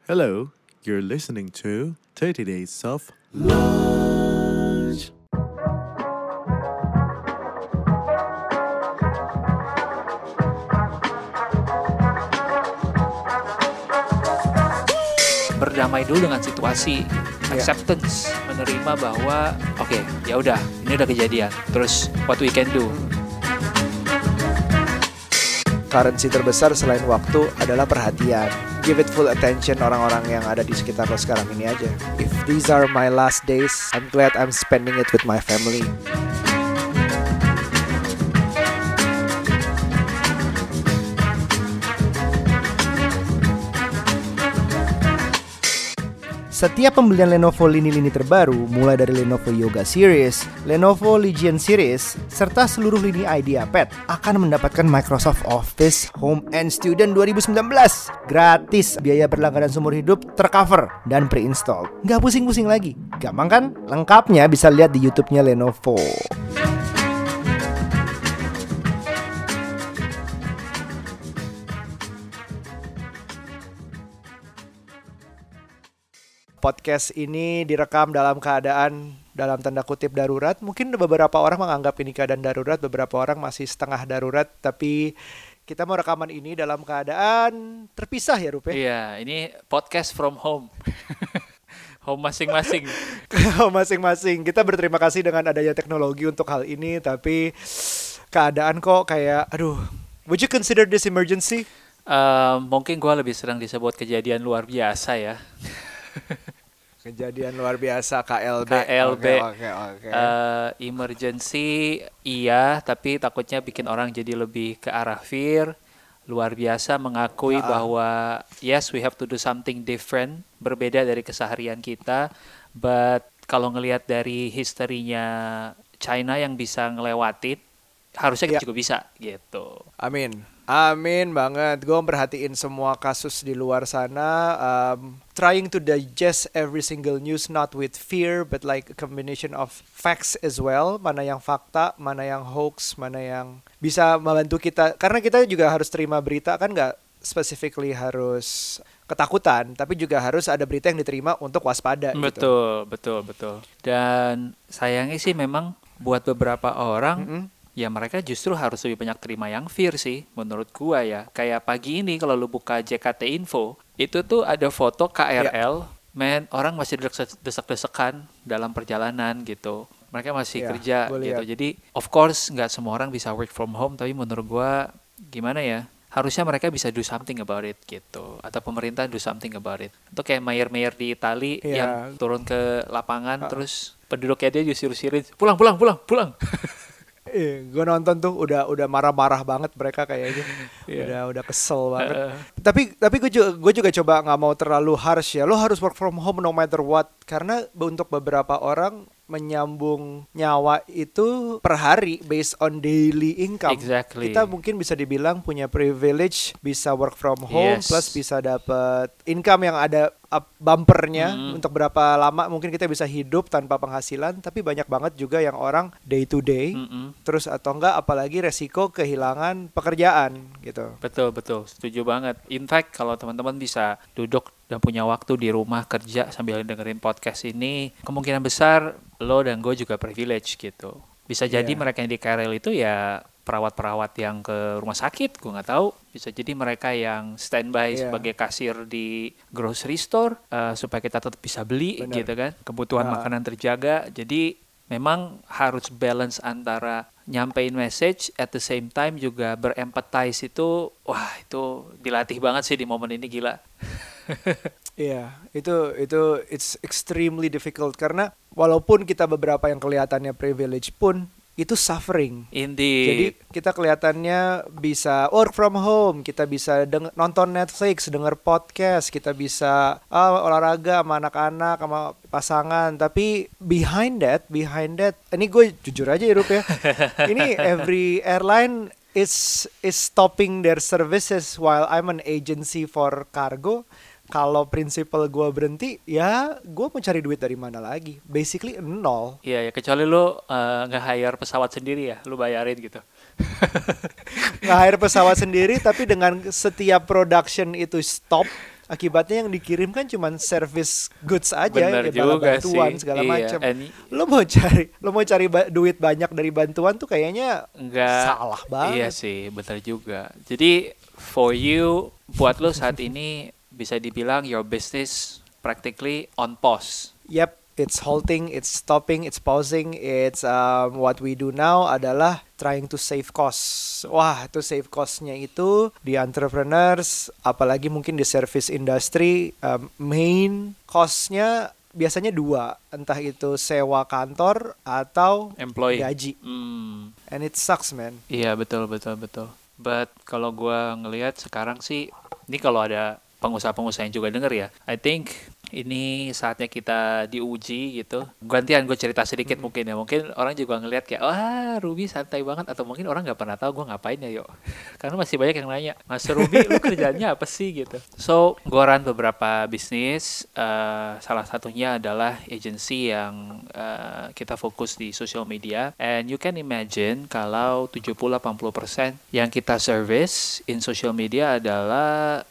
Hello, you're listening to 30 Days of Lunch. Berdamai dulu dengan situasi, acceptance, menerima bahwa oke, ya udah, ini udah kejadian. Terus what we can do? Currency terbesar selain waktu adalah perhatian. Give it full attention orang-orang yang ada di sekitar lo sekarang ini aja. If these are my last days, I'm glad I'm spending it with my family. Setiap pembelian Lenovo lini-lini terbaru, mulai dari Lenovo Yoga Series, Lenovo Legion Series, serta seluruh lini IdeaPad akan mendapatkan Microsoft Office Home and Student 2019 gratis, biaya berlangganan seumur hidup tercover dan pre-install. Nggak pusing-pusing lagi, gampang kan? Lengkapnya bisa lihat di YouTube-nya Lenovo. Podcast ini direkam dalam keadaan dalam tanda kutip darurat. Mungkin beberapa orang menganggap ini keadaan darurat, beberapa orang masih setengah darurat. Tapi kita mau rekaman ini dalam keadaan terpisah ya Rup ya? Iya, ini podcast from home. Home masing-masing. Masing-masing. Kita berterima kasih dengan adanya teknologi untuk hal ini. Tapi keadaan kok kayak, aduh, would you consider this emergency? Mungkin gue lebih sering disebut kejadian luar biasa ya. Kejadian luar biasa, KLB. Oke. Emergency iya, tapi takutnya bikin orang jadi lebih ke arah fear. Luar biasa mengakui bahwa yes, we have to do something different, berbeda dari keseharian kita. But kalau ngelihat dari historinya China yang bisa ngelewatin, harusnya kita juga bisa gitu. Amin banget. Gue merhatiin semua kasus di luar sana, trying to digest every single news, not with fear, but like a combination of facts as well. Mana yang fakta, mana yang hoax, mana yang bisa membantu kita. Karena kita juga harus terima berita, kan nggak specifically harus ketakutan, tapi juga harus ada berita yang diterima untuk waspada. Betul. Dan sayangnya sih memang buat beberapa orang, ya mereka justru harus lebih banyak terima yang fear sih menurut gua ya. Kayak pagi ini kalau lu buka JKT Info, itu tuh ada foto KRL, orang masih desak-desakan dalam perjalanan gitu. Mereka masih kerja gitu. Jadi of course nggak semua orang bisa work from home, tapi menurut gua gimana ya? Harusnya mereka bisa do something about it gitu. Atau pemerintah do something about it. Untuk kayak mayor-mayor di Itali yang turun ke lapangan terus penduduknya dia disuruh-suruhin, pulang. Gue nonton tuh udah marah-marah banget mereka kayaknya. Udah kesel banget. Tapi gue juga coba nggak mau terlalu harsh ya. Lo harus work from home no matter what, karena untuk beberapa orang menyambung nyawa itu per hari based on daily income. Exactly. Kita mungkin bisa dibilang punya privilege bisa work from home, plus bisa dapat income yang ada bumpernya untuk berapa lama mungkin kita bisa hidup tanpa penghasilan. Tapi banyak banget juga yang orang day to day, terus atau enggak apalagi resiko kehilangan pekerjaan gitu. Betul, setuju banget. In fact kalau teman-teman bisa duduk dan punya waktu di rumah kerja sambil dengerin podcast ini, kemungkinan besar lo dan gue juga privilege gitu. Bisa jadi mereka yang di KRL itu ya perawat-perawat yang ke rumah sakit, gue nggak tahu. Bisa jadi mereka yang standby sebagai kasir di grocery store supaya kita tetap bisa beli. Gitu kan. Kebutuhan makanan terjaga. Jadi memang harus balance antara nyampein message at the same time juga berempathize itu, wah itu dilatih banget sih di momen ini, gila. Itu it's extremely difficult karena walaupun kita beberapa yang kelihatannya privilege pun itu suffering. Indeed. Jadi kita kelihatannya bisa work from home, kita bisa nonton Netflix, denger podcast, kita bisa olahraga sama anak-anak, sama pasangan. Tapi behind that, ini gue jujur aja ya Rup ya. Ini every airline is stopping their services while I'm an agency for cargo. Kalau prinsipal gue berhenti, ya gue mau cari duit dari mana lagi? Basically nol. Iya, ya kecuali lu nge-hire pesawat sendiri ya, lu bayarin gitu. Nge-hire pesawat sendiri, tapi dengan setiap production itu stop, Akibatnya yang dikirim kan cuman service goods aja, Bener ya, juga bantuan sih. segala Iya, macam. and Lo mau cari duit banyak dari bantuan tuh kayaknya enggak. salah banget. Iya sih, betul juga. Jadi for you, buat lo saat ini bisa dibilang your business practically on pause. Yep, it's halting, it's stopping, it's pausing. It's what we do now adalah trying to save costs. Wah, itu save cost-nya itu di entrepreneurs, apalagi mungkin di service industry, main cost-nya biasanya dua, entah itu sewa kantor atau Employee. gaji. And it sucks, man. Iya, betul. But kalau gua ngelihat sekarang sih, ini kalau ada pengusaha-pengusaha yang juga denger ya, I think ini saatnya kita diuji gitu. Gantian gue cerita sedikit mungkin ya. Mungkin orang juga ngelihat kayak, wah Ruby santai banget. Atau mungkin orang nggak pernah tahu gue ngapain ya yuk. Karena masih banyak yang nanya, Mas Ruby lu kerjanya apa sih gitu. So, gue run beberapa bisnis. Salah satunya adalah agency yang kita fokus di social media. And you can imagine kalau 70-80% yang kita service in social media adalah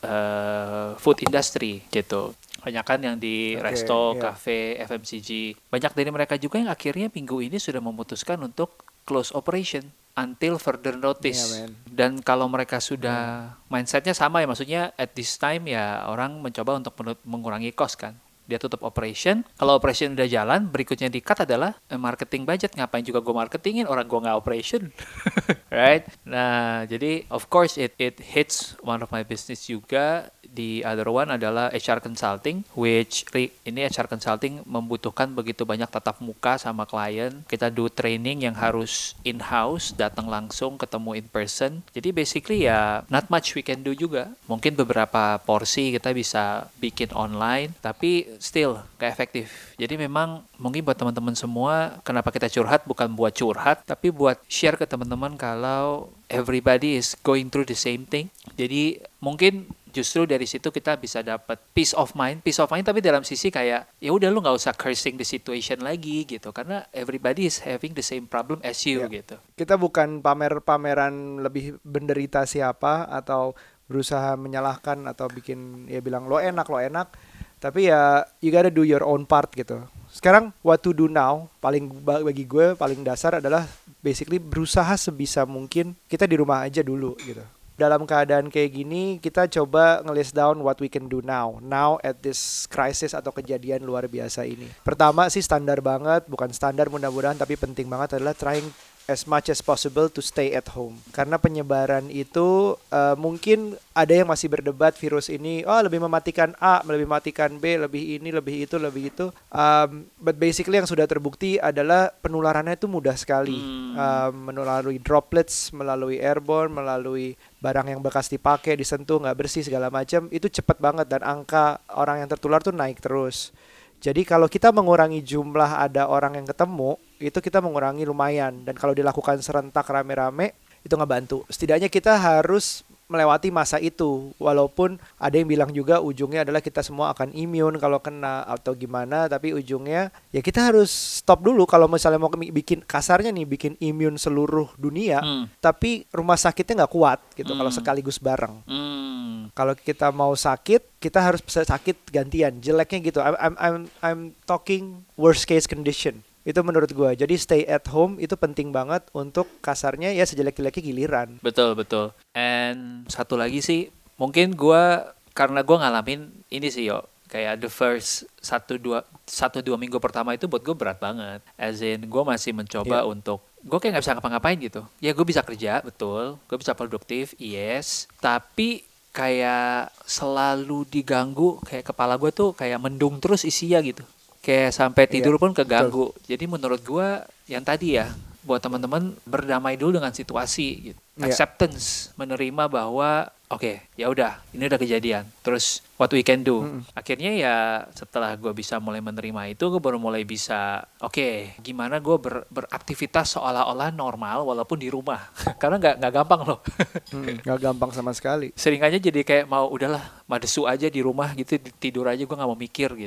food industry gitu. Banyak kan yang di resto, cafe, FMCG. Banyak dari mereka juga yang akhirnya minggu ini sudah memutuskan untuk close operation until further notice. Yeah, man. Dan kalau mereka sudah mindsetnya sama ya, maksudnya at this time ya orang mencoba untuk mengurangi cost kan. Dia tutup operation. Kalau operation udah jalan, berikutnya di-cut adalah marketing budget. Ngapain juga gue marketingin, orang gue nggak operation. Right? Nah, jadi of course it hits one of my business juga. The other one adalah HR consulting, which ini HR consulting membutuhkan begitu banyak tatap muka sama klien. Kita do training yang harus in-house, datang langsung, ketemu in person. Jadi basically ya not much we can do juga. Mungkin beberapa porsi kita bisa bikin online, tapi still gak efektif. Jadi memang mungkin buat teman-teman semua, kenapa kita curhat bukan buat curhat, tapi buat share ke teman-teman kalau everybody is going through the same thing. Jadi mungkin justru dari situ kita bisa dapat peace of mind tapi dalam sisi kayak ya udah lu nggak usah cursing the situation lagi gitu, karena everybody is having the same problem as you gitu. Kita bukan pameran lebih menderita siapa atau berusaha menyalahkan atau bikin ya bilang lo enak, tapi ya you gotta do your own part gitu. Sekarang what to do now bagi gue paling dasar adalah basically berusaha sebisa mungkin kita di rumah aja dulu gitu. Dalam keadaan kayak gini, kita coba nge-list down what we can do now at this crisis atau kejadian luar biasa ini. Pertama sih standar banget, bukan standar mudah-mudahan tapi penting banget adalah trying as much as possible to stay at home. Karena penyebaran itu mungkin ada yang masih berdebat virus ini lebih mematikan A, lebih mematikan B, lebih ini, lebih itu. But basically yang sudah terbukti adalah penularannya itu mudah sekali. Melalui droplets, melalui airborne, melalui barang yang bekas dipakai, disentuh, nggak bersih, segala macam. Itu cepat banget dan angka orang yang tertular tuh naik terus. Jadi kalau kita mengurangi jumlah ada orang yang ketemu, itu kita mengurangi lumayan. Dan kalau dilakukan serentak rame-rame, itu ngebantu. Setidaknya kita harus melewati masa itu. Walaupun ada yang bilang juga ujungnya adalah kita semua akan imun kalau kena atau gimana. Tapi ujungnya ya kita harus stop dulu. Kalau misalnya mau bikin kasarnya nih, bikin imun seluruh dunia. Tapi rumah sakitnya nggak kuat gitu kalau sekaligus bareng. Kalau kita mau sakit, kita harus sakit gantian. Jeleknya gitu. I'm talking worst case condition. Itu menurut gue. Jadi stay at home itu penting banget untuk kasarnya ya sejelek-jeleknya giliran. Betul. And satu lagi sih, mungkin karena gue ngalamin ini sih yo, kayak the first 1-2 minggu pertama itu buat gue berat banget. As in gue masih mencoba untuk, gue kayak gak bisa ngapa-ngapain gitu. Ya gue bisa kerja, betul. Gue bisa produktif, yes. Tapi kayak selalu diganggu, kayak kepala gue tuh kayak mendung terus isinya gitu. Kayak sampai tidur pun keganggu. Betul. Jadi menurut gue yang tadi ya, buat teman-teman berdamai dulu dengan situasi gitu. Acceptance, menerima bahwa oke, ya udah, ini udah kejadian. Terus what we can do. Akhirnya ya setelah gue bisa mulai menerima itu, gue baru mulai bisa gimana gue beraktivitas seolah-olah normal walaupun di rumah. Karena nggak gampang loh. Nggak gampang sama sekali. Sering aja jadi kayak udahlah madesu aja di rumah gitu, tidur aja, gue nggak mau mikir gitu.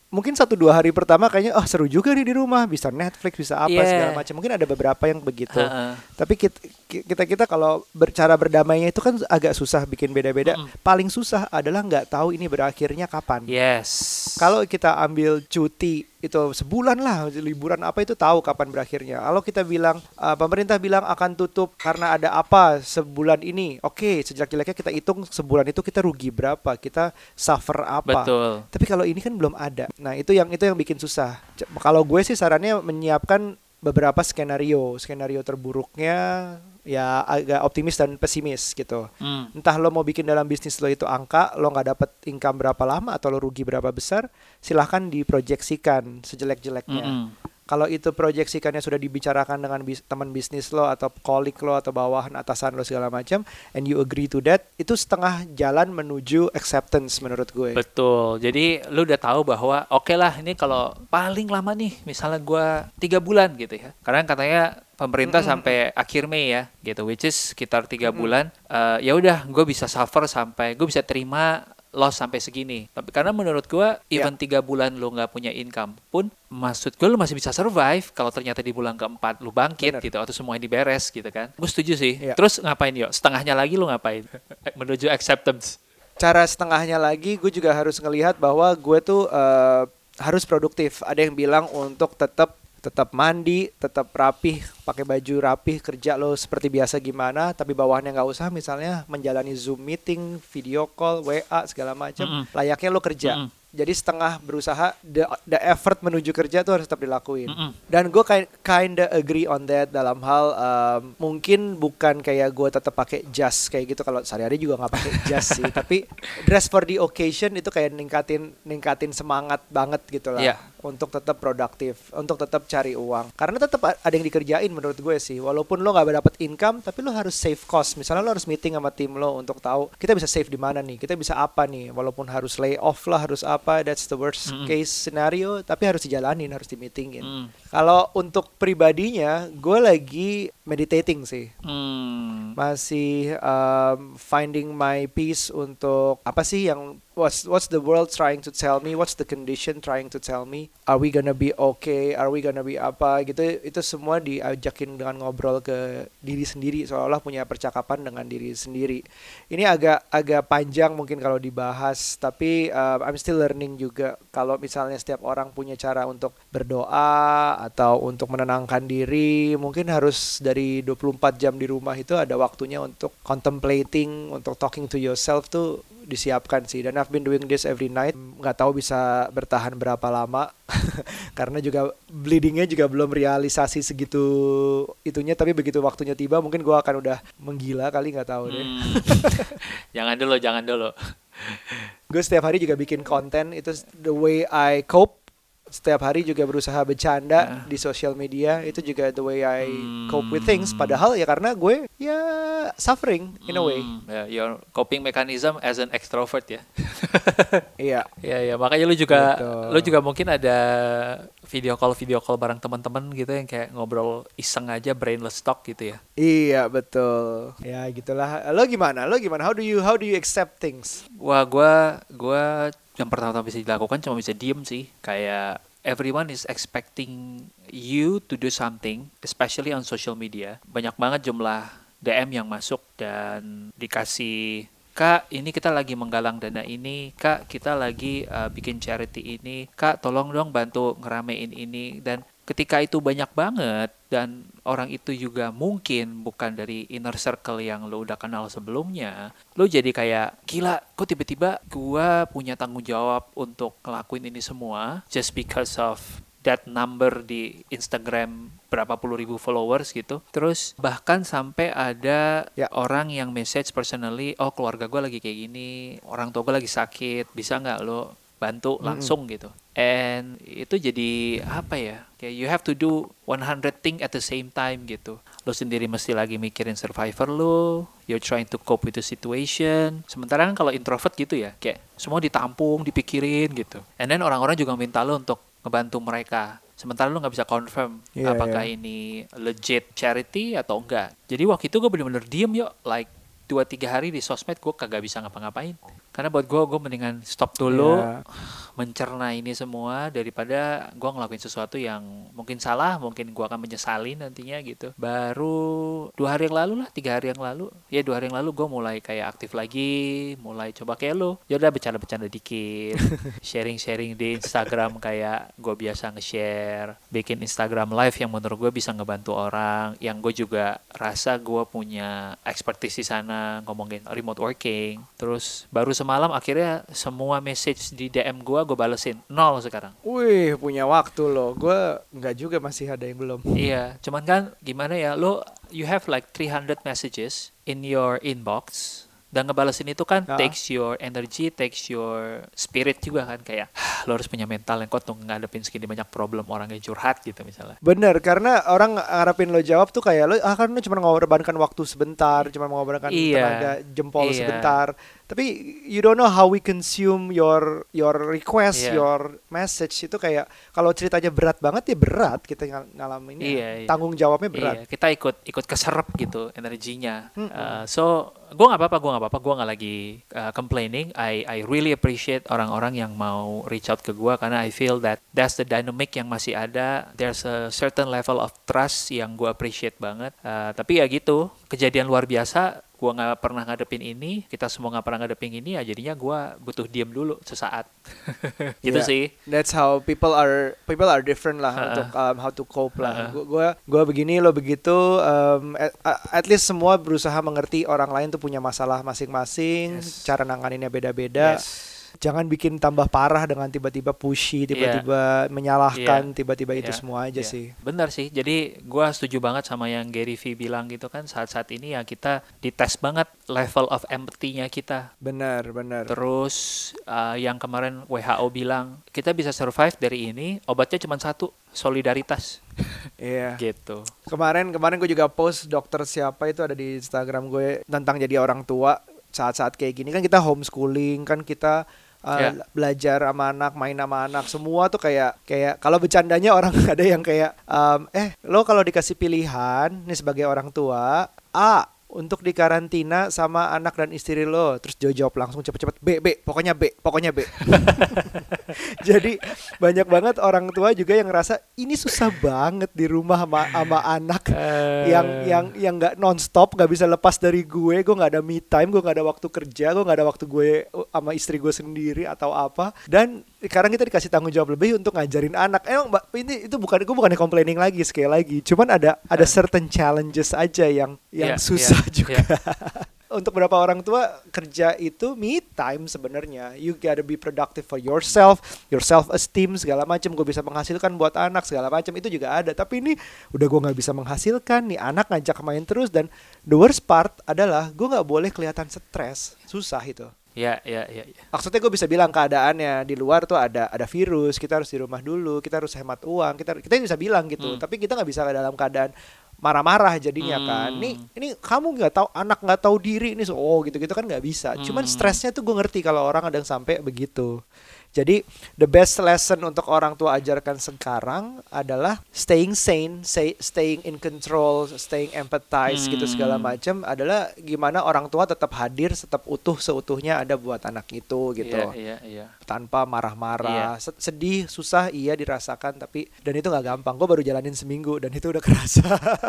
mungkin 1-2 hari pertama kayaknya seru juga nih di rumah, bisa Netflix, bisa apa segala macam. Mungkin ada beberapa yang begitu. Tapi kita kalau cara berdamainya itu kan agak susah, bikin beda-beda. Paling susah adalah nggak tahu ini berakhirnya kapan. Yes. Kalau kita ambil cuti itu sebulan lah, liburan apa itu tahu kapan berakhirnya. Kalau kita bilang pemerintah bilang akan tutup karena ada apa sebulan ini, oke, sejelek-jeleknya kita hitung sebulan itu kita rugi berapa, kita suffer apa. Betul. Tapi kalau ini kan belum ada. Nah, itu yang bikin susah. Kalau gue sih sarannya menyiapkan beberapa skenario terburuknya, ya agak optimis dan pesimis gitu. Entah lo mau bikin dalam bisnis lo itu angka, lo nggak dapet income berapa lama atau lo rugi berapa besar, silahkan diproyeksikan sejelek-jeleknya. Kalau itu proyeksikannya sudah dibicarakan dengan teman bisnis lo atau colleague lo atau bawahan atasan lo segala macam, and you agree to that, itu setengah jalan menuju acceptance menurut gue. Betul. Jadi lu udah tahu bahwa oke lah, ini kalau paling lama nih misalnya gue 3 bulan gitu ya. Karena katanya pemerintah sampai akhir Mei ya gitu, which is sekitar 3 bulan. Ya udah, gue bisa suffer sampai gue bisa terima loss sampai segini. Tapi karena menurut gue even 3 bulan lu nggak punya income pun, maksud gue lu masih bisa survive kalau ternyata di bulan keempat lu bangkit gitu, atau semuanya diberes gitu kan. Gue setuju sih. Terus ngapain yuk? Setengahnya lagi lu ngapain? Menuju acceptance. Cara setengahnya lagi gue juga harus ngelihat bahwa gue tuh harus produktif. Ada yang bilang untuk tetap mandi, tetap rapih, pakai baju rapih, kerja lo seperti biasa gimana, tapi bawahannya nggak usah misalnya menjalani Zoom meeting, video call, WA segala macam, layaknya lo kerja. Jadi setengah berusaha, the effort menuju kerja tuh harus tetap dilakuin. Dan gue kinda agree on that dalam hal mungkin bukan kayak gue tetap pakai jas kayak gitu, kalau sehari-hari juga nggak pakai jas sih. Tapi dress for the occasion itu kayak ningkatin semangat banget gitu lah. Untuk tetap produktif, untuk tetap cari uang. Karena tetap ada yang dikerjain menurut gue sih. Walaupun lo nggak dapat income, tapi lo harus save cost. Misalnya lo harus meeting sama tim lo untuk tahu kita bisa save di mana nih, kita bisa apa nih. Walaupun harus lay off lah, harus apa, that's the worst case scenario. Tapi harus dijalanin, harus di meetingin. Kalau untuk pribadinya, gue lagi meditating sih. Masih finding my peace untuk apa sih yang what's the world trying to tell me, what's the condition trying to tell me, are we gonna be okay, are we gonna be apa gitu. Itu semua diajakin dengan ngobrol ke diri sendiri, seolah-olah punya percakapan dengan diri sendiri. Ini agak panjang mungkin kalau dibahas, tapi I'm still learning juga. Kalau misalnya setiap orang punya cara untuk berdoa atau untuk menenangkan diri, mungkin harus dari 24 jam di rumah itu ada waktunya untuk contemplating, untuk talking to yourself tuh disiapkan sih. Dan I've been doing this every night. Nggak tahu bisa bertahan berapa lama karena juga bleedingnya juga belum realisasi segitu itunya. Tapi begitu waktunya tiba mungkin gue akan udah menggila kali, nggak tahu deh. Jangan dulu. Gue setiap hari juga bikin konten. Itu the way I cope. Setiap hari juga berusaha bercanda di sosial media. Itu juga the way I cope with things. Padahal ya karena gue ya suffering in a way. Your coping mechanism as an extrovert ya. Iya. Iya, makanya lu juga mungkin ada video call bareng teman-teman gitu yang kayak ngobrol iseng aja, brainless talk gitu ya. Iya, betul. Ya gitulah. Lo gimana? How do you accept things? Wah, gua yang pertama bisa dilakukan cuma bisa diem sih. Kayak everyone is expecting you to do something, especially on social media. Banyak banget jumlah DM yang masuk dan dikasih, Kak, ini kita lagi menggalang dana ini, Kak, kita lagi bikin charity ini, Kak, tolong dong bantu ngeramein ini. Dan ketika itu banyak banget dan orang itu juga mungkin bukan dari inner circle yang lo udah kenal sebelumnya, lo jadi kayak, gila, kok tiba-tiba gue punya tanggung jawab untuk ngelakuin ini semua just because of that number di Instagram berapa puluh ribu followers gitu. Terus bahkan sampai ada orang yang message personally, oh keluarga gue lagi kayak gini, orang tua gue lagi sakit, bisa nggak lo bantu langsung gitu. And itu jadi apa ya, kayak you have to do 100 thing at the same time gitu. Lo sendiri mesti lagi mikirin survivor lo, you're trying to cope with the situation. Sementara kan kalau introvert gitu ya, kayak semua ditampung, dipikirin gitu. And then orang-orang juga minta lo untuk ngebantu mereka. Sementara lu nggak bisa confirm apakah ini legit charity atau enggak. Jadi waktu itu gue bener-bener diem like 2-3 hari di sosmed gue kagak bisa ngapa-ngapain. Karena buat gue mendingan stop dulu, Iya. mencerna ini semua daripada gue ngelakuin sesuatu yang mungkin salah, mungkin gue akan menyesali nantinya gitu. Baru 2 hari yang lalu lah, 3 hari yang lalu, ya 2 hari yang lalu gue mulai kayak aktif lagi, mulai coba kayak lo. Ya udah bercanda-bercanda dikit, sharing-sharing di Instagram kayak gue biasa nge-share, bikin Instagram live yang menurut gue bisa ngebantu orang, yang gue juga rasa gue punya expertise di sana ngomongin remote working. Terus baru semalam akhirnya semua message di DM gue balesin 0 sekarang. Wih, punya waktu loh. Gue nggak juga, masih ada yang belum. Iya, cuman kan gimana ya, you have like 300 messages in your inbox. Dan ngebalesin itu kan takes your energy, takes your spirit juga kan. Kayak lo harus punya mental yang kuat untuk ngadepin segini banyak problem orang yang curhat gitu misalnya. Bener, karena orang ngarepin lo jawab tuh kayak lo kan lo cuma mengorbankan waktu sebentar, cuma mengorbankan tenaga jempol sebentar. Tapi you don't know how we consume your request, your message. Itu kayak kalau ceritanya berat banget ya berat kita ngalaminnya. Tanggung jawabnya berat. Iya, kita ikut keserap gitu energinya. So gue nggak apa-apa, gue nggak lagi complaining. I really appreciate orang-orang yang mau reach out ke gue karena I feel that that's the dynamic yang masih ada. There's a certain level of trust yang gue appreciate banget. Tapi ya gitu, kejadian luar biasa. Gue nggak pernah ngadepin ini, kita semua nggak pernah ngadepin ini, ya jadinya gue butuh diem dulu sesaat. Gitu sih. That's how people are different lah untuk how to cope lah. Gue begini, lo begitu. At least semua berusaha mengerti orang lain tuh punya masalah masing-masing, cara nanganinnya beda-beda. Jangan bikin tambah parah dengan tiba-tiba pushy, tiba-tiba menyalahkan, tiba-tiba itu semua aja sih. Benar sih. Jadi gue setuju banget sama yang Gary V bilang gitu kan. Saat-saat ini ya kita dites banget level of empathy-nya kita. Benar. Terus yang kemarin WHO bilang kita bisa survive dari ini, obatnya cuma satu, solidaritas. Iya. Gitu. Kemarin gue juga post dokter siapa itu ada di Instagram gue tentang jadi orang tua. Saat-saat kayak gini kan kita homeschooling, kan kita belajar sama anak, main sama anak, semua tuh kayak kalau bercandanya orang ada yang kayak lo kalau dikasih pilihan nih sebagai orang tua, untuk dikarantina sama anak dan istri lo, terus jawab langsung cepet-cepet pokoknya B. Jadi banyak banget orang tua juga yang ngerasa ini susah banget di rumah sama anak yang nggak nonstop, nggak bisa lepas dari gue nggak ada me time, gue nggak ada waktu kerja, gue nggak ada waktu gue sama istri gue sendiri atau apa. Dan sekarang kita dikasih tanggung jawab lebih untuk ngajarin anak. Mbak, gue bukannya complaining lagi, sekali lagi, cuman ada certain challenges aja yang susah juga. Untuk beberapa orang tua kerja itu me time sebenarnya. You gotta be productive for yourself, your self esteem segala macam. Gue bisa menghasilkan buat anak segala macam itu juga ada. Tapi ini udah gue nggak bisa menghasilkan nih, anak ngajak main terus, dan the worst part adalah gue nggak boleh kelihatan stres. Susah itu. Ya. Maksudnya gue bisa bilang keadaannya di luar tuh ada virus, kita harus di rumah dulu, kita harus hemat uang, kita bisa bilang gitu. Tapi kita nggak bisa dalam keadaan marah-marah jadinya kan. Ini kamu nggak tahu, anak nggak tahu diri ini, gitu kan nggak bisa. Cuman stresnya tuh gue ngerti kalau orang ada yang sampai begitu. Jadi the best lesson untuk orang tua ajarkan sekarang adalah staying sane, staying in control, staying empathize gitu segala macam, adalah gimana orang tua tetap hadir, tetap utuh seutuhnya ada buat anak itu gitu. Iya. Tanpa marah-marah, sedih, susah dirasakan, tapi dan itu nggak gampang. Gue baru jalanin seminggu dan itu udah kerasa.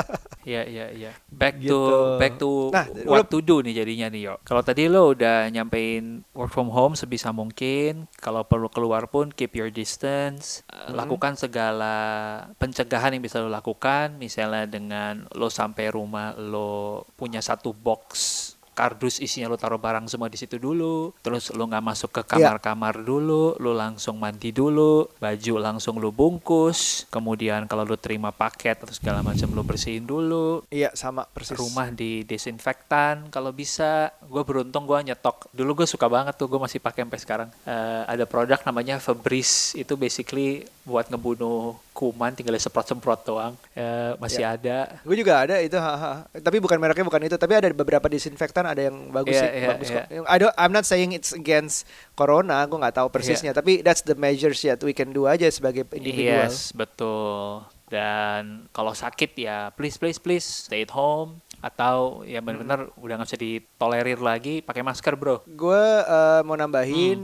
Iya. Back to what to do nih jadinya nih, yo. Kalau tadi lo udah nyampein work from home sebisa mungkin, kalau perlu keluar pun keep your distance, lakukan segala pencegahan yang bisa lo lakukan, misalnya dengan lo sampai rumah lo punya satu box kardus isinya lo taruh barang semua di situ dulu, terus lo nggak masuk ke kamar-kamar dulu, lo langsung mandi dulu, baju langsung lo bungkus, kemudian kalau lo terima paket atau segala macam lo bersihin dulu. Iya, sama persis. Rumah di desinfektan kalau bisa. Gue beruntung gue nyetok, dulu gue suka banget tuh, gue masih pakai sampai sekarang. Ada produk namanya Febreze, itu basically buat ngebunuh kuman, tinggal semprot-semprot doang. Masih ada. Gue juga ada itu, tapi bukan mereknya, bukan itu, tapi ada beberapa disinfektan ada yang bagus bagus kok. I'm not saying it's against corona, gue nggak tahu persisnya, tapi that's the measures that we can do aja sebagai individual. Yes, betul. Dan kalau sakit ya please stay at home. atau ya benar-benar udah nggak bisa ditolerir lagi pakai masker, bro? Gue mau nambahin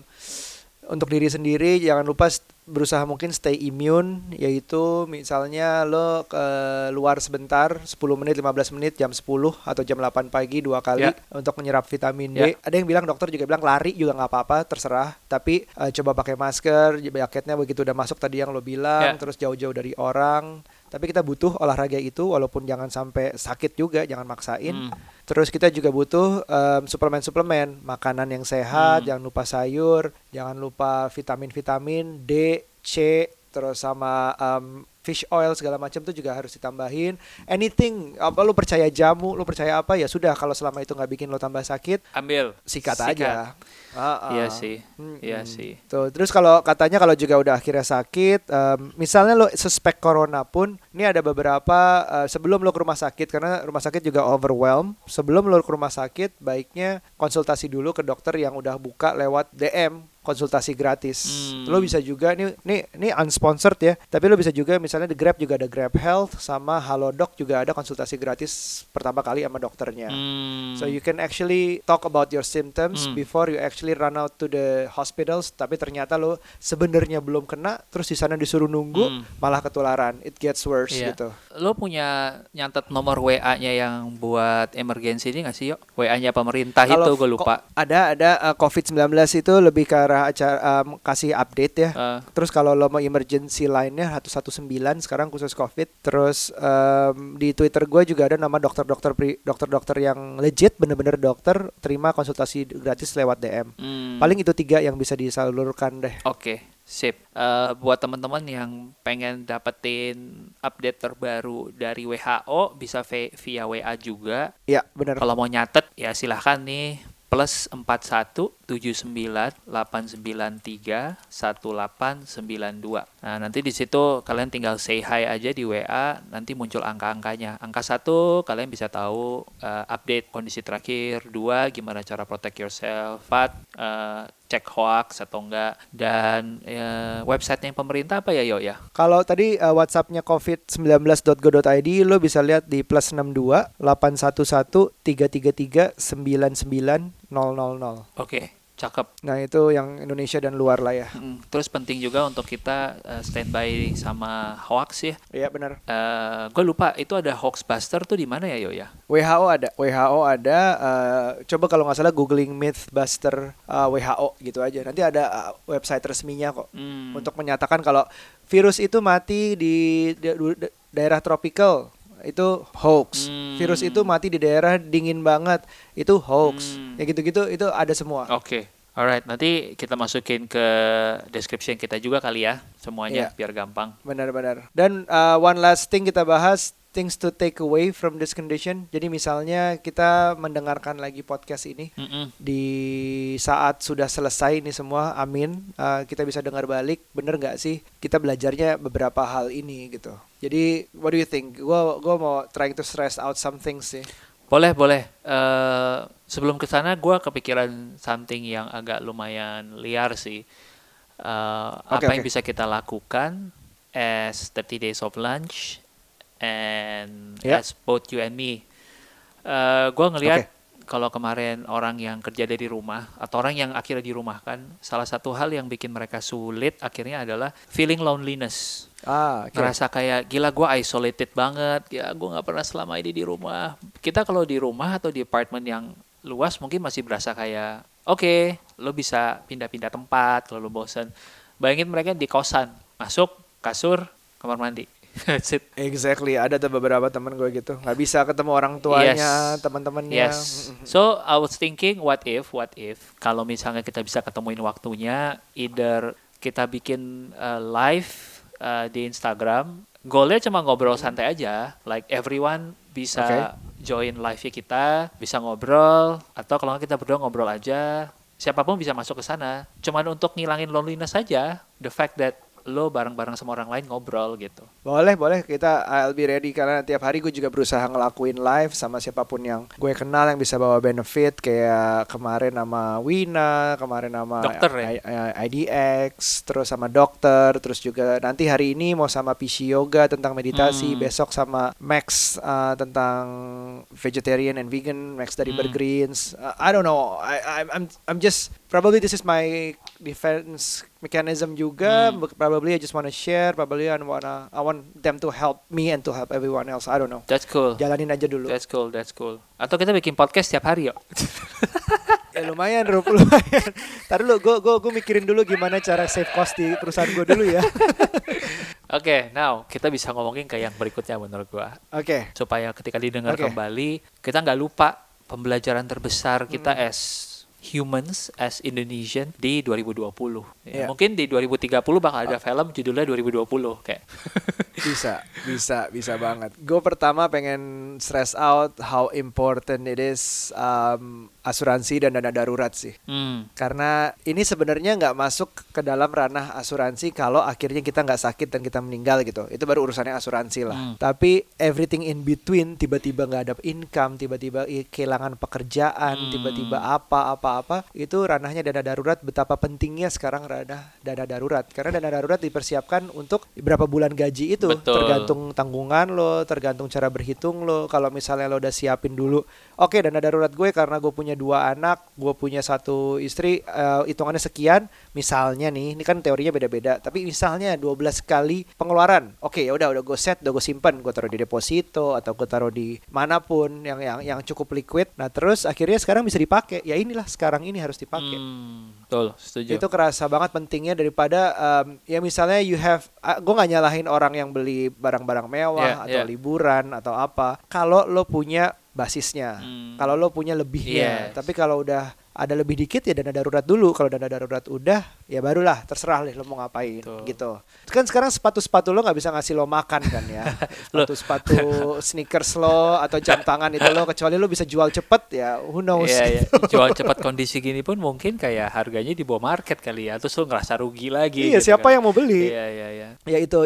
untuk diri sendiri jangan lupa berusaha mungkin stay immune, yaitu misalnya lo keluar sebentar 10 menit 15 menit jam 10 atau jam 8 pagi 2 kali untuk menyerap vitamin D. Ada yang bilang, dokter juga bilang lari juga nggak apa-apa, terserah, tapi coba pakai masker, jaketnya begitu udah masuk tadi yang lo bilang, terus jauh-jauh dari orang. Tapi kita butuh olahraga itu walaupun jangan sampai sakit juga, jangan maksain. Terus kita juga butuh suplemen-suplemen, makanan yang sehat, jangan lupa sayur, jangan lupa vitamin-vitamin D, C, terus sama fish oil segala macam tuh juga harus ditambahin. Anything, apa lu percaya jamu, lu percaya apa, ya sudah, kalau selama itu nggak bikin lo tambah sakit, ambil, sikat aja. Iya sih, iya sih. Tuh, terus kalau katanya kalau juga udah akhirnya sakit, misalnya lo suspek corona pun, ini ada beberapa sebelum lo ke rumah sakit, karena rumah sakit juga overwhelm. Sebelum lo ke rumah sakit, baiknya konsultasi dulu ke dokter yang udah buka lewat DM, konsultasi gratis. Lo bisa juga ini unsponsored ya, tapi lo bisa juga misalnya di Grab juga ada Grab Health, sama Halodoc juga ada konsultasi gratis pertama kali sama dokternya. So you can actually talk about your symptoms before you actually run out to the hospitals. Tapi ternyata lo sebenarnya belum kena, terus di sana disuruh nunggu, malah ketularan. It gets worse gitu. Lo punya nyatet nomor WA-nya yang buat emergency ini nggak sih, Yo? WA-nya pemerintah itu gue lupa. Ada COVID-19 itu lebih ke arah acara kasih update ya. Terus kalau lo mau emergency line-nya 119 sekarang khusus COVID. Terus di Twitter gue juga ada nama dokter-dokter yang legit, bener-bener dokter, terima konsultasi gratis lewat DM. Paling itu 3 yang bisa disalurkan deh. Oke. Sip. Buat teman-teman yang pengen dapetin update terbaru dari WHO bisa via WA juga. Iya, benar. Kalau mau nyatet ya silahkan nih, +417989311892. Nah, nanti di situ kalian tinggal say hi aja di WA, nanti muncul angka-angkanya. Angka 1 kalian bisa tahu update kondisi terakhir, 2 gimana cara protect yourself, 4 cek hoax atau enggak, dan website yang pemerintah apa ya, Yo ya? Kalau tadi WhatsApp-nya covid19.go.id lo bisa lihat di +62 811 333 99000. Oke, cakep. Nah, itu yang Indonesia dan luar lah ya. Terus penting juga untuk kita standby sama hoax ya. Iya, benar. Gue lupa itu ada Hoaxbuster tuh di mana ya, Yo ya? WHO ada. Coba kalau nggak salah googling Mythbuster WHO gitu aja. Nanti ada website resminya kok untuk menyatakan kalau virus itu mati di daerah tropical, itu hoax. Virus itu mati di daerah dingin banget, itu hoax. Ya gitu-gitu, itu ada semua. Oke. Alright, nanti kita masukin ke description kita juga kali ya semuanya, biar gampang. Benar-benar. Dan one last thing kita bahas, things to take away from this condition. Jadi misalnya kita mendengarkan lagi podcast ini di saat sudah selesai ini semua, amin, kita bisa dengar balik, bener nggak sih kita belajarnya beberapa hal ini gitu. Jadi what do you think? Gue mau trying to stress out some things sih. Boleh. Sebelum kesana gue kepikiran something yang agak lumayan liar sih. Apa yang bisa kita lakukan as 30 days of lunch and as both you and me. Gue ngelihat kalau kemarin orang yang kerja dari rumah atau orang yang akhirnya dirumahkan, salah satu hal yang bikin mereka sulit akhirnya adalah feeling loneliness. Ngerasa kayak gila gue isolated banget, ya gue nggak pernah selama ini di rumah. Kita kalau di rumah atau di apartemen yang luas mungkin masih berasa kayak oke, lo bisa pindah-pindah tempat kalau lo bosan. Bayangin mereka di kosan, masuk kasur, kamar mandi. That's it. Exactly, ada tuh beberapa teman gue gitu, nggak bisa ketemu orang tuanya, teman-temannya. So I was thinking, what if kalau misalnya kita bisa ketemuin waktunya, either kita bikin live di Instagram, goalnya cuma ngobrol santai aja, like everyone bisa join live-nya kita, bisa ngobrol, atau kalau nggak kita berdua ngobrol aja, siapapun bisa masuk ke sana, cuman untuk ngilangin loneliness saja, the fact that lo bareng-bareng sama orang lain ngobrol gitu. Boleh, kita I'll be ready, karena tiap hari gue juga berusaha ngelakuin live sama siapapun yang gue kenal yang bisa bawa benefit, kayak kemarin sama Wina, kemarin sama dokter IDX, terus sama dokter, terus juga nanti hari ini mau sama PC Yoga tentang meditasi, besok sama Max tentang yang vegetarian and vegan, mix dari bergreens. I don't know. I'm just probably this is my defense mechanism juga. Probably I just wanna share. Probably I want them to help me and to help everyone else. I don't know. That's cool. Jalanin aja dulu. That's cool. Atau kita bikin podcast tiap hari yuk. Ya lumayan, lumayan. Ntar dulu, gue mikirin dulu gimana cara save cost di perusahaan gue dulu ya. Oke, now kita bisa ngomongin ke yang berikutnya menurut gua. Oke. Supaya ketika didengar kembali, kita nggak lupa pembelajaran terbesar kita as humans, as Indonesian di 2020. Ya, mungkin di 2030 bakal ada film judulnya 2020 kayak. Bisa banget. Gue pertama pengen stress out how important it is asuransi dan dana darurat sih. Karena ini sebenarnya nggak masuk ke dalam ranah asuransi kalau akhirnya kita nggak sakit dan kita meninggal gitu. Itu baru urusannya asuransi lah. Tapi everything in between, tiba-tiba nggak ada income, tiba-tiba kehilangan pekerjaan, tiba-tiba apa, itu ranahnya dana darurat. Betapa pentingnya sekarang ranah dana darurat. Karena dana darurat dipersiapkan untuk berapa bulan gaji itu. Betul. Tergantung tanggungan lo, tergantung cara berhitung lo. Kalau misalnya lo udah siapin dulu, oke, dana darurat gue karena gue punya 2 anak, gue punya 1 istri, hitungannya sekian. Misalnya nih, ini kan teorinya beda-beda, tapi misalnya 12 kali pengeluaran. Oke, ya udah gue set, udah gue simpan, gue taruh di deposito atau gue taruh di manapun yang cukup liquid. Nah, terus akhirnya sekarang bisa dipakai. Ya inilah sekarang ini harus dipakai. Betul, setuju. Itu kerasa banget pentingnya daripada ya misalnya gue nggak nyalahin orang yang beli barang-barang mewah atau liburan atau apa. Kalau lo punya basisnya, kalau lo punya lebihnya. Tapi kalau udah ada lebih dikit ya dana darurat dulu. Kalau dana darurat udah, ya barulah terserah lo mau ngapain. Gitu. Kan sekarang sepatu lo nggak bisa ngasih lo makan kan ya. Sepatu sneakers lo atau jam tangan itu lo, kecuali lo bisa jual cepet ya, who knows. Gitu. Jual cepat kondisi gini pun mungkin kayak harganya di bawah market kali ya. Terus lo ngerasa rugi lagi. Iya, gitu siapa kan yang mau beli? Iya. Ya itu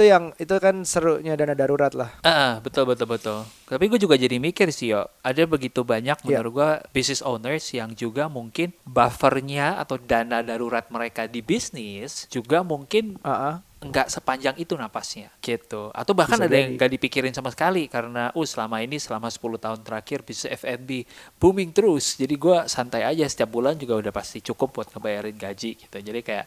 kan serunya dana darurat lah. Betul. Tapi gue juga jadi mikir sih yo, ada begitu banyak menurut gue business owners yang juga mungkin buffernya atau dana darurat mereka di bisnis juga mungkin nggak sepanjang itu napasnya gitu, atau bahkan bisa ada yang nggak dipikirin sama sekali karena selama 10 tahun terakhir bisnis F&B booming terus, jadi gue santai aja, setiap bulan juga udah pasti cukup buat ngebayarin gaji gitu. Jadi kayak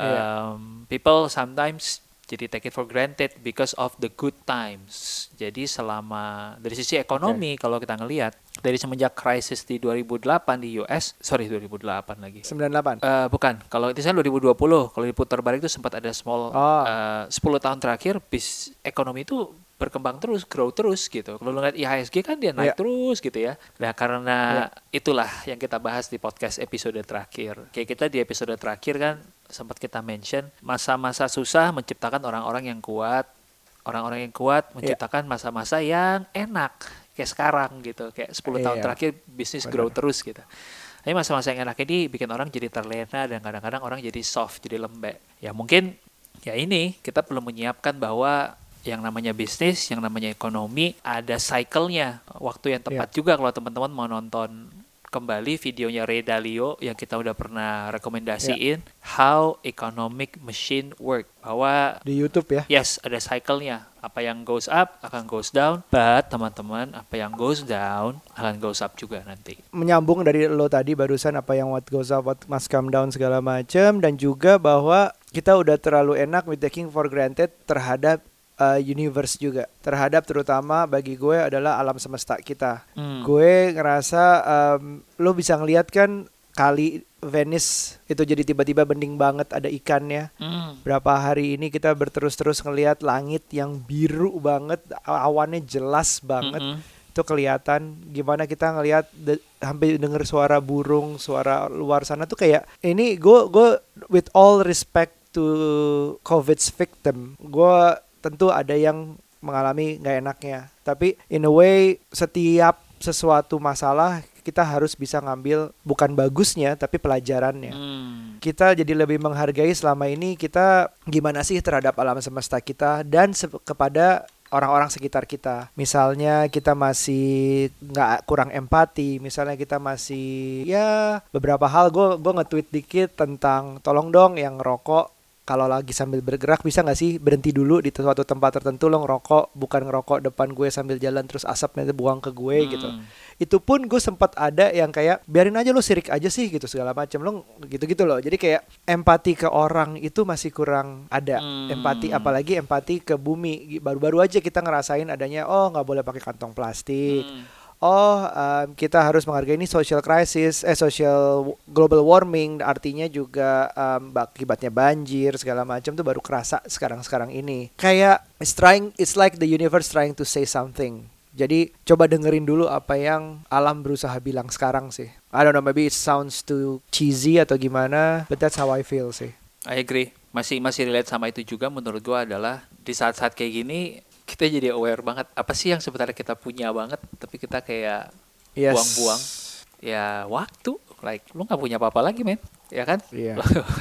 people sometimes jadi take it for granted because of the good times. Jadi selama dari sisi ekonomi kalau kita ngelihat dari semenjak krisis di 2008 di US, 2008 lagi. 98. Bukan, kalau itu saya 2020, kalau diputar balik itu sempat ada 10 tahun terakhir ekonomi itu berkembang terus, grow terus gitu. Kalau lihat IHSG kan dia naik terus gitu ya. Nah, karena itulah yang kita bahas di podcast episode terakhir. Kayak kita di episode terakhir kan sempat kita mention masa-masa susah menciptakan orang-orang yang kuat. Orang-orang yang kuat menciptakan masa-masa yang enak kayak sekarang gitu. Kayak 10 tahun terakhir bisnis grow terus gitu. Tapi masa-masa yang enak ini bikin orang jadi terlena dan kadang-kadang orang jadi soft, jadi lembek. Ya mungkin ya ini kita perlu menyiapkan bahwa yang namanya bisnis, yang namanya ekonomi ada cycle-nya. Waktu yang tepat juga kalau teman-teman mau nonton kembali videonya Ray Dalio yang kita udah pernah rekomendasiin, How Economic Machine Work, bahwa di YouTube ya. Yes, ada cycle-nya. Apa yang goes up akan goes down, but teman-teman apa yang goes down akan goes up juga nanti. Menyambung dari lo tadi barusan, apa yang what goes up what must come down segala macam, dan juga bahwa kita udah terlalu enak with taking for granted terhadap universe juga, terhadap terutama bagi gue adalah alam semesta kita. Gue ngerasa lo bisa ngeliat kan kali Venice itu jadi tiba-tiba bening banget, ada ikannya. Berapa hari ini kita berterus-terus ngeliat langit yang biru banget, awannya jelas banget. Itu kelihatan gimana kita ngelihat hampir denger suara burung, suara luar sana tuh kayak ini. Gue with all respect to COVID's victim, gue tentu ada yang mengalami gak enaknya. Tapi in a way setiap sesuatu masalah kita harus bisa ngambil bukan bagusnya tapi pelajarannya. Kita jadi lebih menghargai selama ini kita gimana sih terhadap alam semesta kita dan kepada orang-orang sekitar kita. Misalnya kita masih gak kurang empati, misalnya kita masih beberapa hal. Gue nge-tweet dikit tentang tolong dong yang rokok kalau lagi sambil bergerak bisa nggak sih berhenti dulu di suatu tempat tertentu, lo ngerokok, bukan ngerokok depan gue sambil jalan terus asapnya buang ke gue gitu. Itu pun gue sempat ada yang kayak biarin aja lo, sirik aja sih gitu segala macam, lo gitu-gitu loh. Jadi kayak empati ke orang itu masih kurang ada. Empati, apalagi empati ke bumi. Baru-baru aja kita ngerasain adanya nggak boleh pakai kantong plastik. Kita harus menghargai ini social crisis, social global warming, artinya juga akibatnya banjir segala macam tuh baru kerasa sekarang ini. Kayak it's like the universe trying to say something. Jadi coba dengerin dulu apa yang alam berusaha bilang sekarang sih. I don't know, maybe it sounds too cheesy atau gimana, but that's how I feel sih. I agree. Masih relate sama itu juga menurut gua adalah di saat-saat kayak gini kita jadi aware banget apa sih yang sebenarnya kita punya banget tapi kita kayak buang-buang ya waktu. Like lu nggak punya apa-apa lagi, men, ya kan? Iya.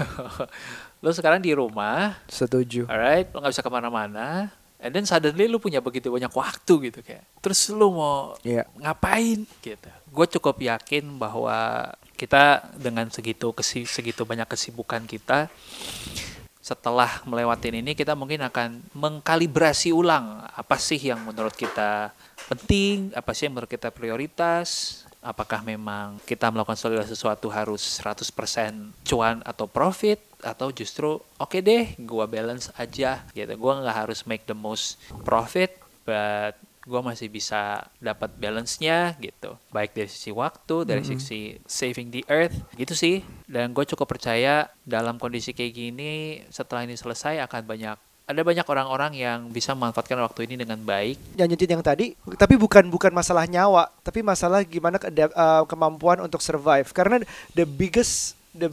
Lu sekarang di rumah. Setuju. Alright, lu nggak bisa kemana-mana. And then suddenly lu punya begitu banyak waktu gitu kayak. Terus lu mau ngapain gitu. Gue cukup yakin bahwa kita dengan segitu banyak kesibukan kita, setelah melewatin ini kita mungkin akan mengkalibrasi ulang apa sih yang menurut kita penting, apa sih yang menurut kita prioritas. Apakah memang kita melakukan segala sesuatu harus 100% cuan atau profit, atau justru oke deh gua balance aja gitu. Gua nggak harus make the most profit, but gua masih bisa dapat balance-nya gitu. Baik dari sisi waktu, dari sisi saving the earth gitu sih. Dan gue cukup percaya dalam kondisi kayak gini setelah ini selesai akan ada banyak orang-orang yang bisa memanfaatkan waktu ini dengan baik. Lanjutin yang tadi, tapi bukan masalah nyawa, tapi masalah gimana kemampuan untuk survive. Karena the biggest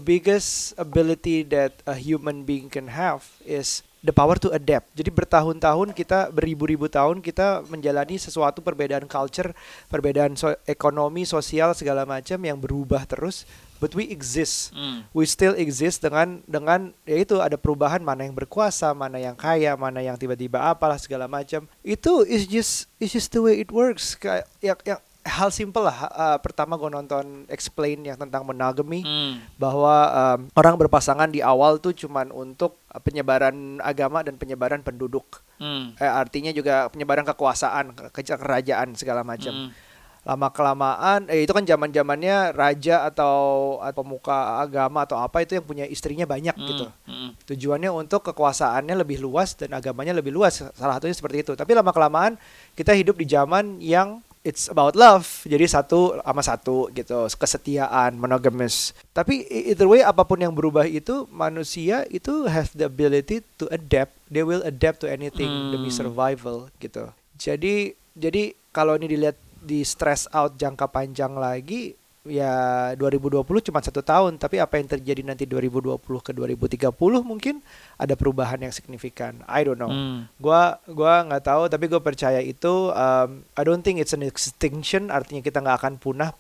ability that a human being can have is the power to adapt. Jadi bertahun-tahun kita, beribu-ribu tahun kita menjalani sesuatu, perbedaan culture, perbedaan ekonomi, sosial segala macam yang berubah terus. But we exist. We still exist dengan yaitu ada perubahan, mana yang berkuasa, mana yang kaya, mana yang tiba-tiba apalah segala macam. Itu is just the way it works. Kayak yang hal simple lah. Pertama gue nonton Explain yang tentang monogamy, bahwa orang berpasangan di awal tuh cuman untuk penyebaran agama dan penyebaran penduduk. Artinya juga penyebaran kekuasaan, kerajaan segala macam. Lama kelamaan itu kan zaman-zamannya raja atau pemuka agama atau apa itu yang punya istrinya banyak gitu. Tujuannya untuk kekuasaannya lebih luas dan agamanya lebih luas. Salah satunya seperti itu. Tapi lama kelamaan kita hidup di zaman yang it's about love. Jadi satu sama satu gitu, kesetiaan, monogamous. Tapi either way apapun yang berubah itu, manusia itu have the ability to adapt. They will adapt to anything demi survival gitu. Jadi kalau ini dilihat di stress out jangka panjang lagi, ya 2020 cuma 1 tahun, tapi apa yang terjadi nanti 2020 ke 2030 mungkin ada perubahan yang signifikan. I don't know. Gua nggak tahu, tapi gue percaya itu. I don't think it's an extinction, artinya kita nggak akan punah,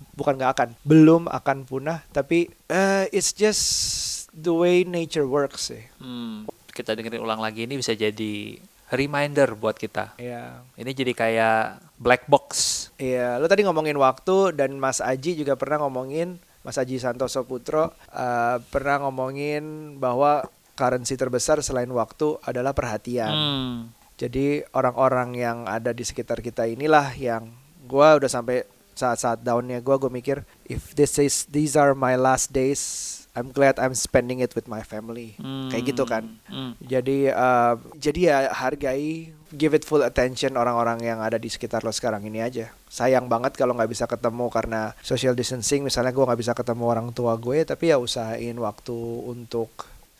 belum akan punah, tapi it's just the way nature works sih. Kita dengerin ulang lagi ini bisa jadi reminder buat kita. Iya. Ini jadi kayak black box. Iya, lo tadi ngomongin waktu, dan Mas Aji juga pernah ngomongin, Mas Aji Santoso Putro pernah ngomongin bahwa currency terbesar selain waktu adalah perhatian. Jadi orang-orang yang ada di sekitar kita inilah yang gue udah sampai saat-saat downnya gue mikir, if these are my last days, I'm glad I'm spending it with my family. Kayak gitu kan. Jadi ya hargai, give it full attention orang-orang yang ada di sekitar lo sekarang ini aja. Sayang banget kalau nggak bisa ketemu karena social distancing. Misalnya gue nggak bisa ketemu orang tua gue, tapi ya usahain waktu untuk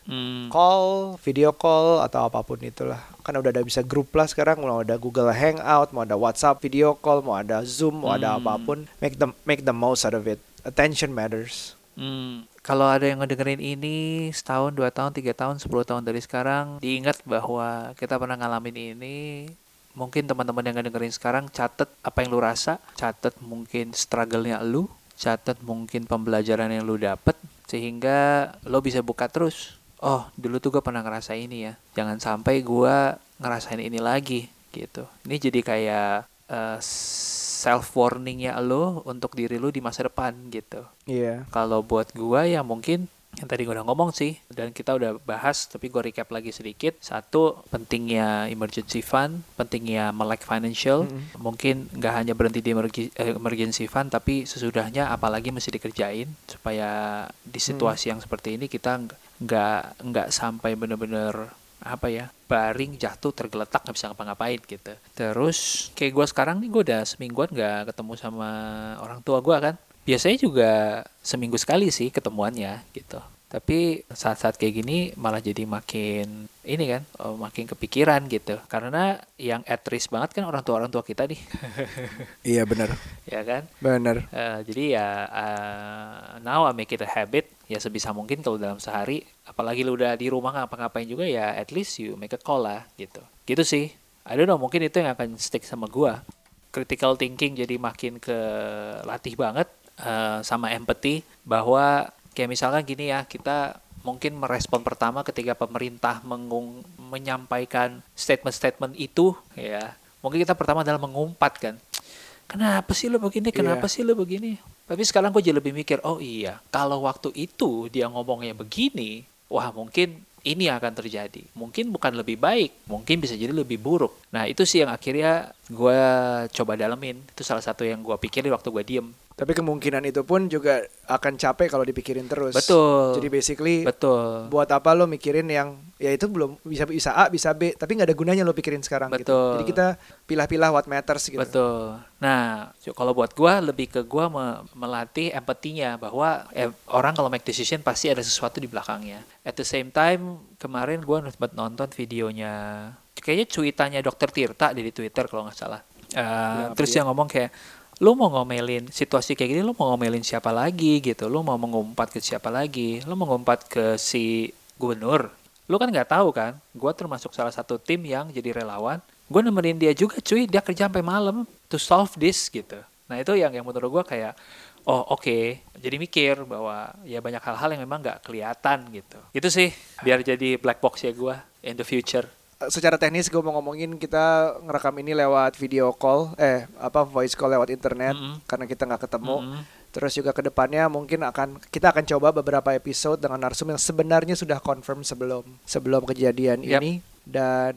call, video call atau apapun itulah. Kan udah ada bisa grup lah sekarang, mau ada Google Hangout, mau ada WhatsApp video call, mau ada Zoom, mau ada apapun. Make the most out of it. Attention matters. Kalau ada yang ngedengerin ini setahun, 2 tahun, 3 tahun, 10 tahun dari sekarang, diingat bahwa kita pernah ngalamin ini. Mungkin teman-teman yang ngedengerin sekarang catet apa yang lu rasa, catet mungkin struggle-nya lu, catet mungkin pembelajaran yang lu dapet, sehingga lo bisa buka terus. Oh, dulu tuh gue pernah ngerasa ini ya. Jangan sampai gue ngerasain ini lagi gitu. Ini jadi kayak self warningnya lo untuk diri lo di masa depan gitu. Iya. Kalau buat gua ya mungkin yang tadi gue udah ngomong sih, dan kita udah bahas, tapi gue recap lagi sedikit. Satu, pentingnya emergency fund, pentingnya melek financial. Mungkin nggak hanya berhenti di emergency fund, tapi sesudahnya apalagi mesti dikerjain supaya di situasi yang seperti ini kita nggak sampai bener-bener baring, jatuh, tergeletak, nggak bisa ngapa-ngapain gitu. Terus kayak gue sekarang nih, gue udah semingguan nggak ketemu sama orang tua gue kan. Biasanya juga seminggu sekali sih ketemuannya gitu. Tapi saat-saat kayak gini malah jadi makin makin kepikiran gitu. Karena yang at risk banget kan orang tua kita nih. Iya benar. Ya kan? Benar. Jadi ya now I make it a habit. Ya sebisa mungkin kalau dalam sehari, apalagi lu udah di rumah ngapa-ngapain juga, ya at least you make a call lah gitu. Gitu sih. I don't know, mungkin itu yang akan stick sama gua. Critical thinking jadi makin kelatih banget. Sama empathy, bahwa kayak misalkan gini ya, kita mungkin merespon pertama ketika pemerintah menyampaikan statement-statement itu ya, mungkin kita pertama adalah mengumpat kan, kenapa sih lo begini, kenapa sih lo begini. Tapi sekarang gue jadi lebih mikir, oh iya, kalau waktu itu dia ngomongnya begini, wah mungkin ini akan terjadi. Mungkin bukan lebih baik, mungkin bisa jadi lebih buruk. Nah itu sih yang akhirnya gue coba dalemin. Itu salah satu yang gue pikirin waktu gue diem. Tapi kemungkinan itu pun juga akan capek kalau dipikirin terus. Betul. Jadi basically, betul. Buat apa lo mikirin yang ya itu belum bisa A, bisa B, tapi nggak ada gunanya lo pikirin sekarang. Betul. Gitu. Jadi kita pilah-pilah what matters gitu. Betul. Nah, kalau buat gue lebih ke gue melatih empatinya, bahwa orang kalau make decision pasti ada sesuatu di belakangnya. At the same time, kemarin gue sempat nonton videonya, kayaknya cuitannya Dr. Tirta di Twitter kalau nggak salah. Terus dia ngomong kayak, lu mau ngomelin situasi kayak gini, lu mau ngomelin siapa lagi gitu, lu mau mengumpat ke siapa lagi, lu mau mengumpat ke si gubernur, lu kan nggak tahu kan, gue termasuk salah satu tim yang jadi relawan, gue nemenin dia juga cuy, dia kerja sampai malam to solve this gitu. Nah itu yang menurut gue kayak, oh oke. Jadi mikir bahwa ya banyak hal-hal yang memang nggak kelihatan gitu. Itu sih biar jadi black box ya gue in the future. Secara teknis gue mau ngomongin, kita ngerekam ini lewat video call, voice call lewat internet, karena kita nggak ketemu. Terus juga ke depannya mungkin kita akan coba beberapa episode dengan narsum yang sebenarnya sudah confirm sebelum kejadian ini. Dan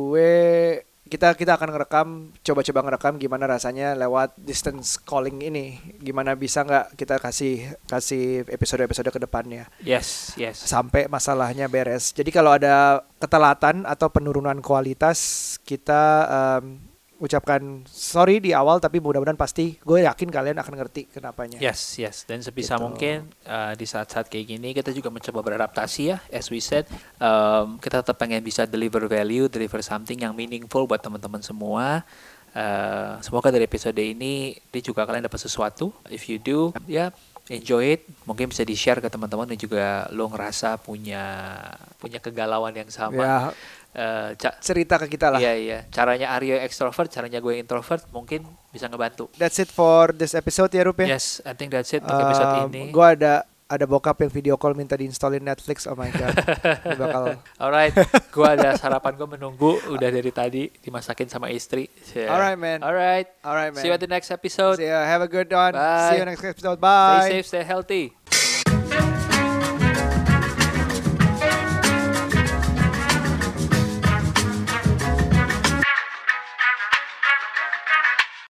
kita akan coba ngerekam gimana rasanya lewat distance calling ini, gimana bisa nggak kita kasih episode-episode ke depannya. Yes. Sampai masalahnya beres. Jadi kalau ada ketelatan atau penurunan kualitas, kita ucapkan sorry di awal, tapi mudah-mudahan pasti gue yakin kalian akan ngerti kenapanya. Yes. Dan sebisa mungkin di saat-saat kayak gini kita juga mencoba beradaptasi ya. As we said, kita tetap pengen bisa deliver value, deliver something yang meaningful buat teman-teman semua. Semoga dari episode ini juga kalian dapat sesuatu. If you do, enjoy it. Mungkin bisa di-share ke teman-teman yang juga lo ngerasa punya kegalauan yang sama. Cerita ke kita lah. Iya. Caranya Aryo extrovert, caranya gue introvert, mungkin bisa ngebantu. That's it for this episode ya, Rup ya? Yes, I think that's it untuk episode ini. Gue ada bokap yang video call minta diinstalin Netflix. Oh my god. Alright, gue ada sarapan, gue menunggu udah dari tadi dimasakin sama istri. Alright man. Alright man. See you at the next episode. See you. Have a good one. Bye. See you next episode. Bye. Stay safe, stay healthy.